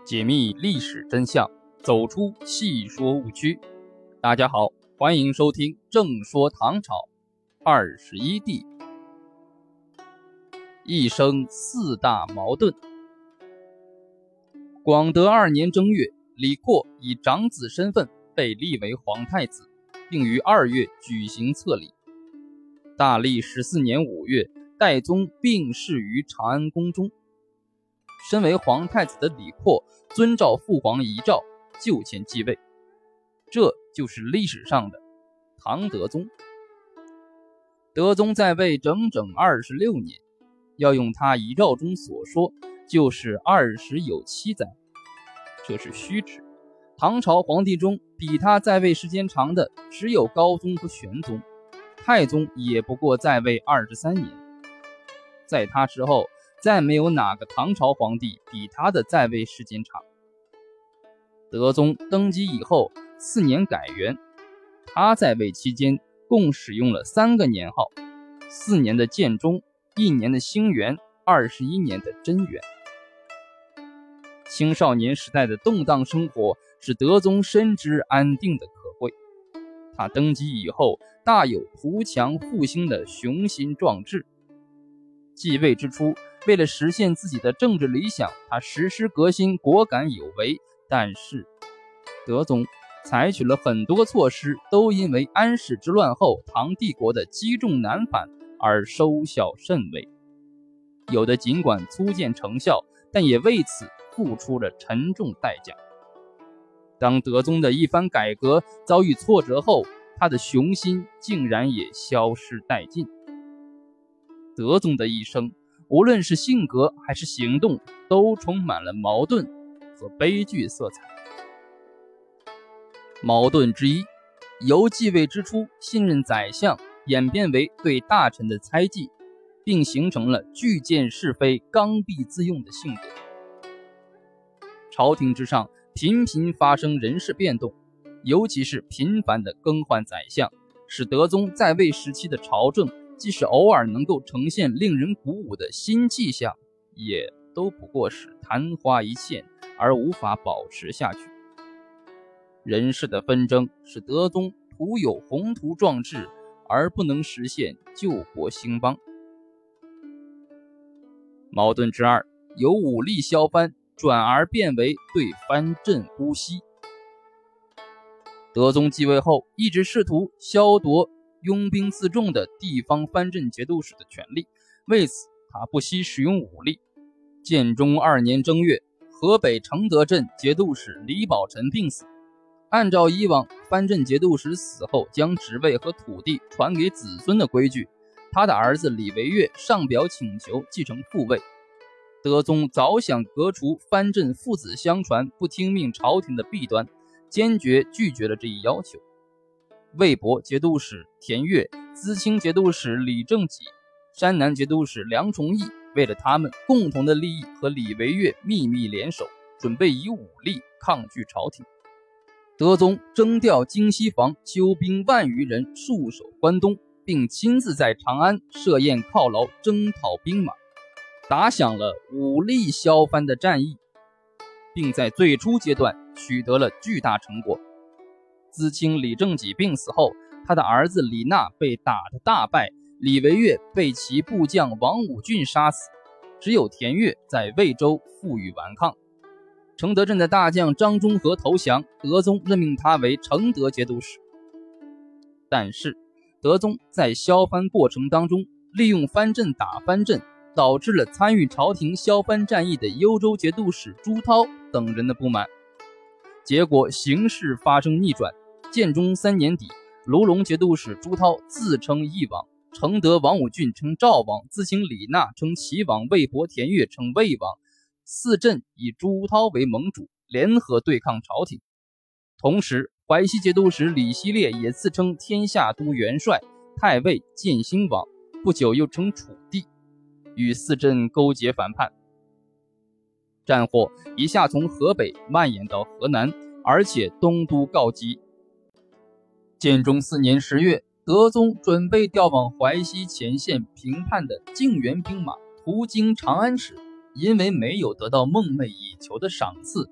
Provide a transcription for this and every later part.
解密历史真相，走出戏说误区。大家好，欢迎收听正说唐朝21帝。一生四大矛盾。广德2年正月，李阔以长子身份被立为皇太子，并于2月举行册礼。大历14年5月，代宗病逝于长安宫中。身为皇太子的李阔遵照父皇遗诏就迁继位，这就是历史上的唐德宗。德宗在位整整26年，要用他遗诏中所说，就是20有7载，这是虚指。唐朝皇帝中比他在位时间长的只有高宗和玄宗，太宗也不过在位23年。在他之后，再没有哪个唐朝皇帝比他的在位时间长。德宗登基以后4年改元，他在位期间共使用了3个年号：4年的建中，1年的兴元，21年的贞元。青少年时代的动荡生活使德宗深知安定的可贵。他登基以后大有图强复兴的雄心壮志。继位之初，为了实现自己的政治理想，他实施革新，果敢有为。但是德宗采取了很多措施，都因为安史之乱后唐帝国的积重难返而收效甚微。有的尽管初见成效，但也为此付出了沉重代价。当德宗的一番改革遭遇挫折后，他的雄心竟然也消失殆尽。德宗的一生，无论是性格还是行动，都充满了矛盾和悲剧色彩。矛盾之一，由继位之初信任宰相演变为对大臣的猜忌，并形成了拒见是非、刚愎自用的性格。朝廷之上频频发生人事变动，尤其是频繁的更换宰相，使德宗在位时期的朝政即使偶尔能够呈现令人鼓舞的新气象，也都不过是昙花一现，而无法保持下去。人事的纷争使德宗徒有宏图壮志，而不能实现救国兴邦。矛盾之二，由武力削藩转而变为对藩镇姑息。德宗继位后，一直试图削夺拥兵自重的地方藩镇节度使的权力，为此他不惜使用武力。建中2年正月，河北承德镇节度使李宝臣病死。按照以往藩镇节度使死后将职位和土地传给子孙的规矩，他的儿子李维岳上表请求继承父位。德宗早想革除藩镇父子相传不听命朝廷的弊端，坚决拒绝了这一要求。魏博节度使田悦、淄青节度使李正己、山南节度使梁崇义为了他们共同的利益和李维岳秘密联手，准备以武力抗拒朝廷。德宗征调京西防纠兵10000余人戍守关东，并亲自在长安设宴犒劳征讨兵马，打响了武力削藩的战役，并在最初阶段取得了巨大成果。淄青李正己病死后，他的儿子李纳被打得大败，李维岳被其部将王武俊杀死，只有田悦在魏州负隅顽抗。承德镇的大将张中和投降，德宗任命他为承德节度使。但是德宗在削藩过程当中利用藩镇打藩镇，导致了参与朝廷削藩战役的幽州节度使朱涛等人的不满。结果形势发生逆转，建中3年底，卢龙节度使朱涛自称义王，承德王武俊称赵王，自行李纳称齐王，魏博田悦称魏王，四镇以朱涛为盟主，联合对抗朝廷。同时淮西节度使李希烈也自称天下都元帅、太尉、建兴王，不久又称楚帝，与四镇勾结反叛。战火一下从河北蔓延到河南，而且东都告急。建中4年10月，德宗准备调往淮西前线平叛的靖远兵马途经长安时，因为没有得到梦寐以求的赏赐，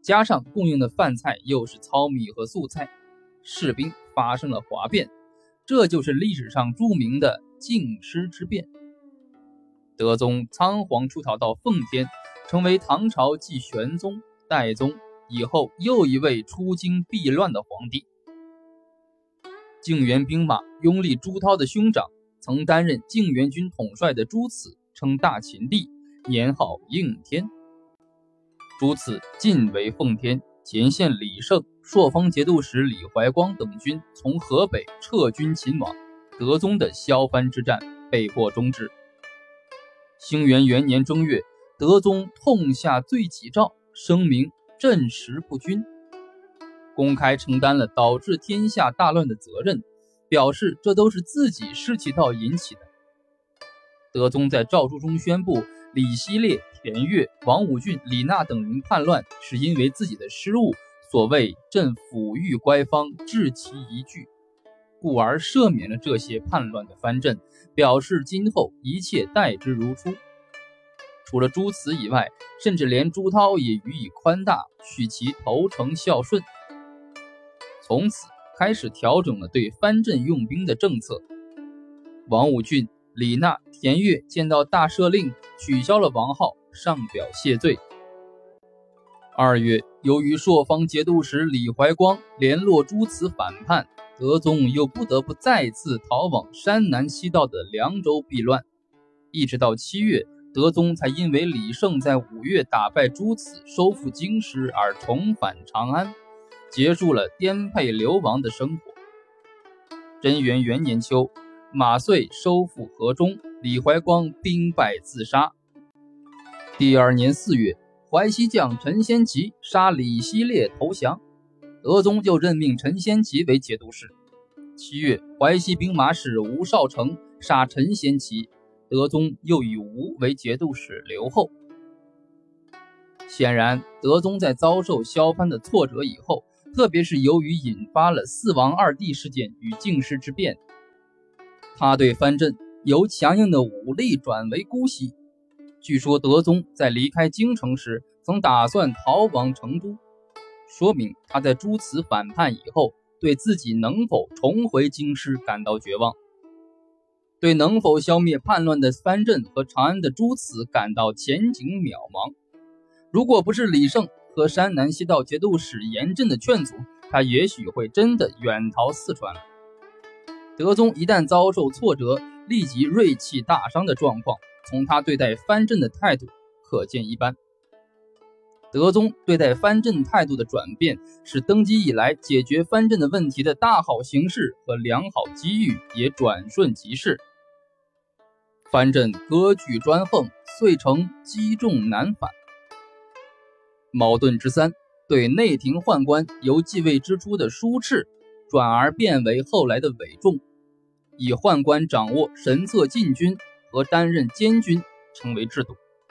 加上供应的饭菜又是糙米和素菜，士兵发生了哗变，这就是历史上著名的京师之变。德宗仓皇出逃到奉天，成为唐朝继玄宗、代宗以后又一位出京避乱的皇帝。靖元兵马拥立朱涛的兄长，曾担任靖元军统帅的朱慈称大秦帝，年号应天。朱慈进围奉天，前线李胜、朔方节度使李怀光等军从河北撤军秦王，德宗的削藩之战被迫终止。兴元元年正月，德宗痛下罪己诏，声明镇时不均，公开承担了导致天下大乱的责任，表示这都是自己失其道引起的。德宗在诏书中宣布，李希烈、田悦、王武俊、李纳等人叛乱是因为自己的失误，所谓朕抚育乖方，治其一句，故而赦免了这些叛乱的藩镇，表示今后一切待之如初。除了朱慈以外，甚至连朱涛也予以宽大，许其投诚孝顺。从此开始调整了对藩镇用兵的政策。王武俊、李纳、田悦见到大赦令，取消了王号，上表谢罪。2月，由于朔方节度使李怀光联络朱慈反叛，德宗又不得不再次逃往山南西道的凉州避乱。一直到7月，德宗才因为李胜在5月打败朱慈，收复京师而重返长安，结束了颠沛流亡的生活。贞元元年秋，马遂收复河中，李怀光兵败自杀。第2年4月，淮西将陈先奇杀李希烈投降，德宗就任命陈先奇为节度使。7月，淮西兵马使吴少成杀陈先奇，德宗又以吴为节度使留后。显然，德宗在遭受削藩的挫折以后，特别是由于引发了四王二帝事件与靖师之变，他对藩镇由强硬的武力转为姑息。据说德宗在离开京城时曾打算逃往成都，说明他在朱慈反叛以后，对自己能否重回京师感到绝望，对能否消灭叛乱的藩镇和长安的朱慈感到前景渺茫。如果不是李胜和山南西道节度使严震的劝阻，他也许会真的远逃四川了。德宗一旦遭受挫折，立即锐气大伤的状况，从他对待藩镇的态度可见一斑。德宗对待藩镇态度的转变，使登基以来解决藩镇的问题的大好形势和良好机遇也转瞬即逝。藩镇割据专横，遂成积重难返。矛盾之3，对内廷宦官由继位之初的舒斥，转而变为后来的韦仲，以宦官掌握神策禁军和担任监军成为制度。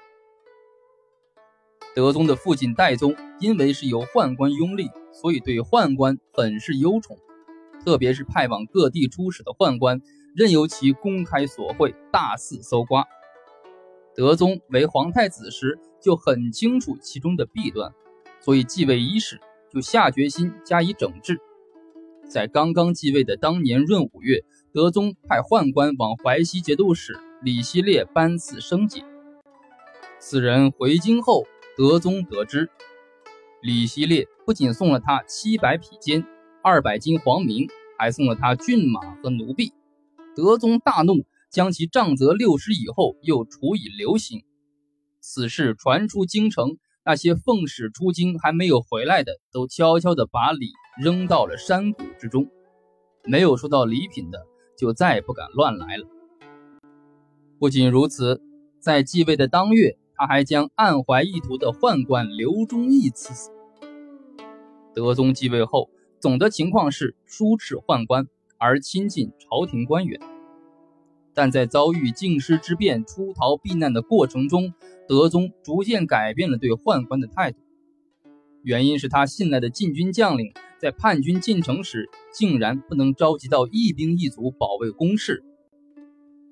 德宗的父亲代宗因为是由宦官拥立，所以对宦官很是忧宠，特别是派往各地出使的宦官，任由其公开索贿，大肆搜刮。德宗为皇太子时就很清楚其中的弊端，所以继位伊始就下决心加以整治。在刚刚继位的当年闰5月，德宗派宦官往淮西节度使李希烈颁赐升节。此人回京后，德宗得知，李希烈不仅送了他700匹坚、200斤黄珉，还送了他骏马和奴婢。德宗大怒，将其杖责60以后，又处以流刑。此事传出京城，那些奉使出京还没有回来的，都悄悄地把礼扔到了山谷之中。没有收到礼品的，就再不敢乱来了。不仅如此，在继位的当月，他还将暗怀意图的宦官刘忠义赐死。德宗继位后，总的情况是疏斥宦官，而亲近朝廷官员。但在遭遇靖师之变出逃避难的过程中，德宗逐渐改变了对宦官的态度。原因是他信赖的禁军将领在叛军进城时，竟然不能召集到一兵一卒保卫宫室，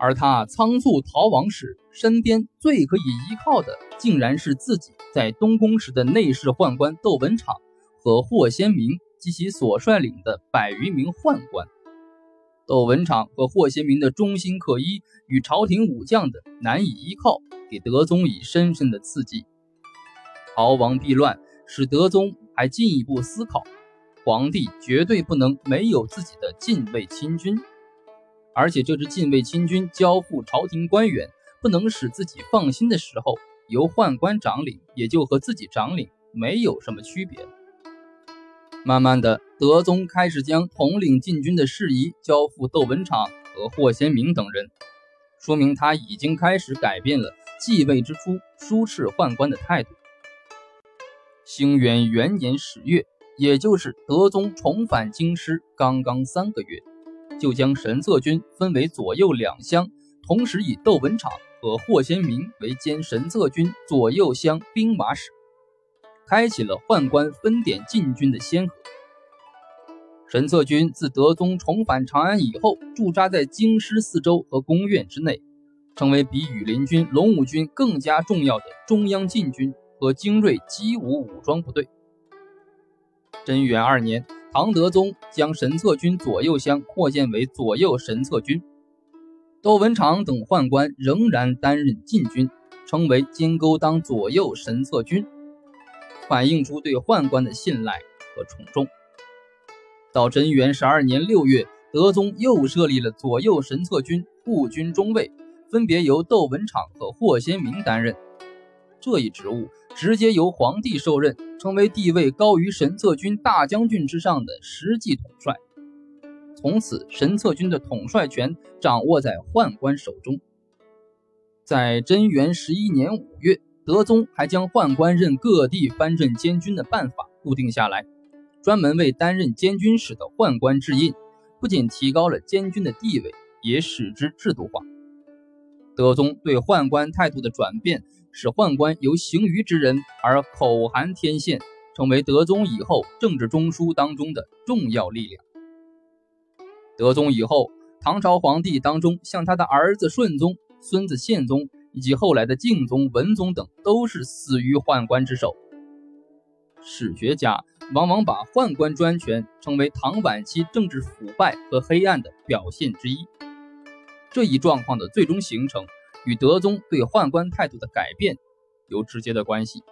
而他仓促逃亡时，身边最可以依靠的竟然是自己在东宫时的内侍宦官窦文昶和霍先明及其所率领的100余名宦官。窦文昶和霍先明的忠心可依与朝廷武将的难以依靠，给德宗以深深的刺激。逃亡避乱使德宗还进一步思考，皇帝绝对不能没有自己的禁卫亲军，而且这支禁卫亲军交付朝廷官员，不能使自己放心的时候，由宦官掌领也就和自己掌领没有什么区别。慢慢的，德宗开始将统领禁军的事宜交付窦文昶和霍先明等人，说明他已经开始改变了继位之初疏斥宦官的态度。兴元元年10月，也就是德宗重返京师刚刚3个月，就将神策军分为左右2乡，同时以窦文昶和霍先明为兼神策军左右乡兵马使，开启了宦官分点禁军的先河。神策军自德宗重返长安以后，驻扎在京师四周和宫苑之内，成为比羽林军、龙武军更加重要的中央禁军和精锐机武武装部队。贞元2年，唐德宗将神策军左右乡扩建为左右神策军，窦文昶等宦官仍然担任禁军，称为金钩当左右神策军，反映出对宦官的信赖和宠重。到贞元12年6月，德宗又设立了左右神策军护军中尉，分别由窦文昶和霍先明担任。这一职务直接由皇帝受任，成为地位高于神策军大将军之上的实际统帅。从此，神策军的统帅权掌握在宦官手中。在贞元11年5月，德宗还将宦官任各地藩镇监军的办法固定下来，专门为担任监军使的宦官制印，不仅提高了监军的地位，也使之制度化。德宗对宦官态度的转变，使宦官由行于之人而口含天宪，成为德宗以后政治中枢当中的重要力量。德宗以后，唐朝皇帝当中，像他的儿子顺宗、孙子宪宗以及后来的敬宗、文宗等，都是死于宦官之手。史学家往往把宦官专权称为唐晚期政治腐败和黑暗的表现之一。这一状况的最终形成与德宗对宦官态度的改变有直接的关系。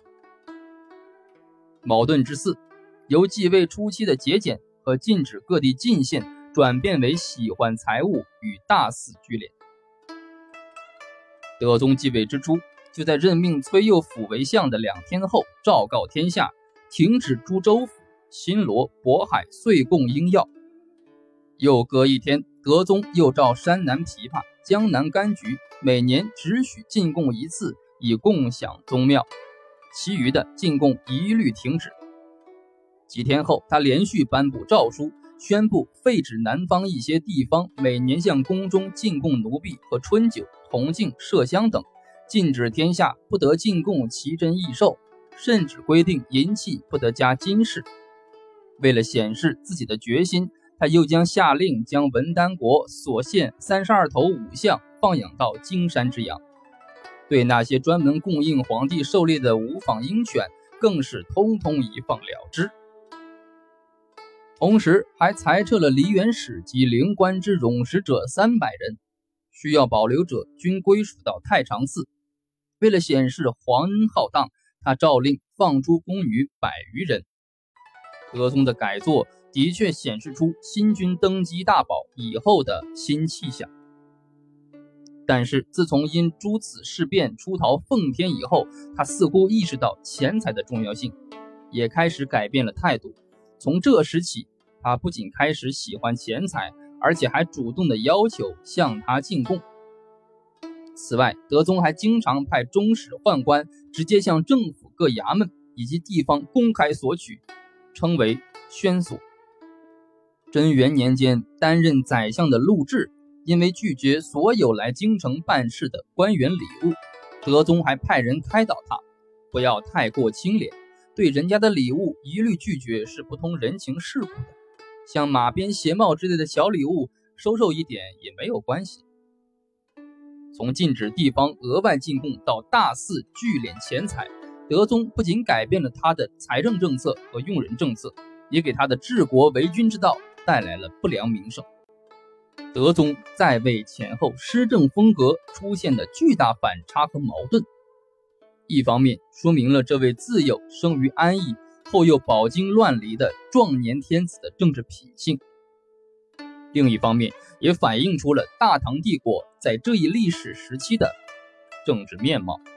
矛盾之4，由继位初期的节俭和禁止各地进献转变为喜欢财物与大肆聚敛。德宗继位之初，就在任命崔佑甫为相的2天后，昭告天下，停止诸州府、新罗、渤海岁贡应药。又隔1天，德宗又召山南枇杷、江南柑橘每年只许进贡1次，以共享宗庙，其余的进贡一律停止。几天后，他连续颁布诏书，宣布废止南方一些地方每年向宫中进贡奴婢和春酒、铜镜、麝香等，禁止天下不得进贡奇珍异兽，甚至规定银器不得加金饰。为了显示自己的决心，他又下令将文丹国所献32头5象放养到荆山之阳，对那些专门供应皇帝狩猎的无坊鹰犬更是通通一放了之。同时还裁撤了梨园使及灵官之冗食者300人，需要保留者均归属到太常寺。为了显示皇恩浩荡，他诏令放诸宫女100余人。德宗的改作的确显示出新君登基大宝以后的新气象。但是自从因诸此事变出逃奉天以后，他似乎意识到钱财的重要性，也开始改变了态度。从这时起，他不仅开始喜欢钱财，而且还主动的要求向他进贡。此外，德宗还经常派中使宦官直接向政府各衙门以及地方公开索取，称为宣索。贞元年间，担任宰相的陆贽因为拒绝所有来京城办事的官员礼物，德宗还派人开导他，不要太过清廉，对人家的礼物一律拒绝是不通人情世故的，像马鞭、鞋帽之类的小礼物收受一点也没有关系。 从禁止地方额外进贡到大肆聚敛钱财，德宗不仅改变了他的财政政策和用人政策，也给他的治国为君之道带来了不良名声。德宗在位前后施政风格出现了巨大反差和矛盾，一方面说明了这位自幼生于安逸，后又饱经乱离的壮年天子的政治品性，另一方面也反映出了大唐帝国在这一历史时期的政治面貌。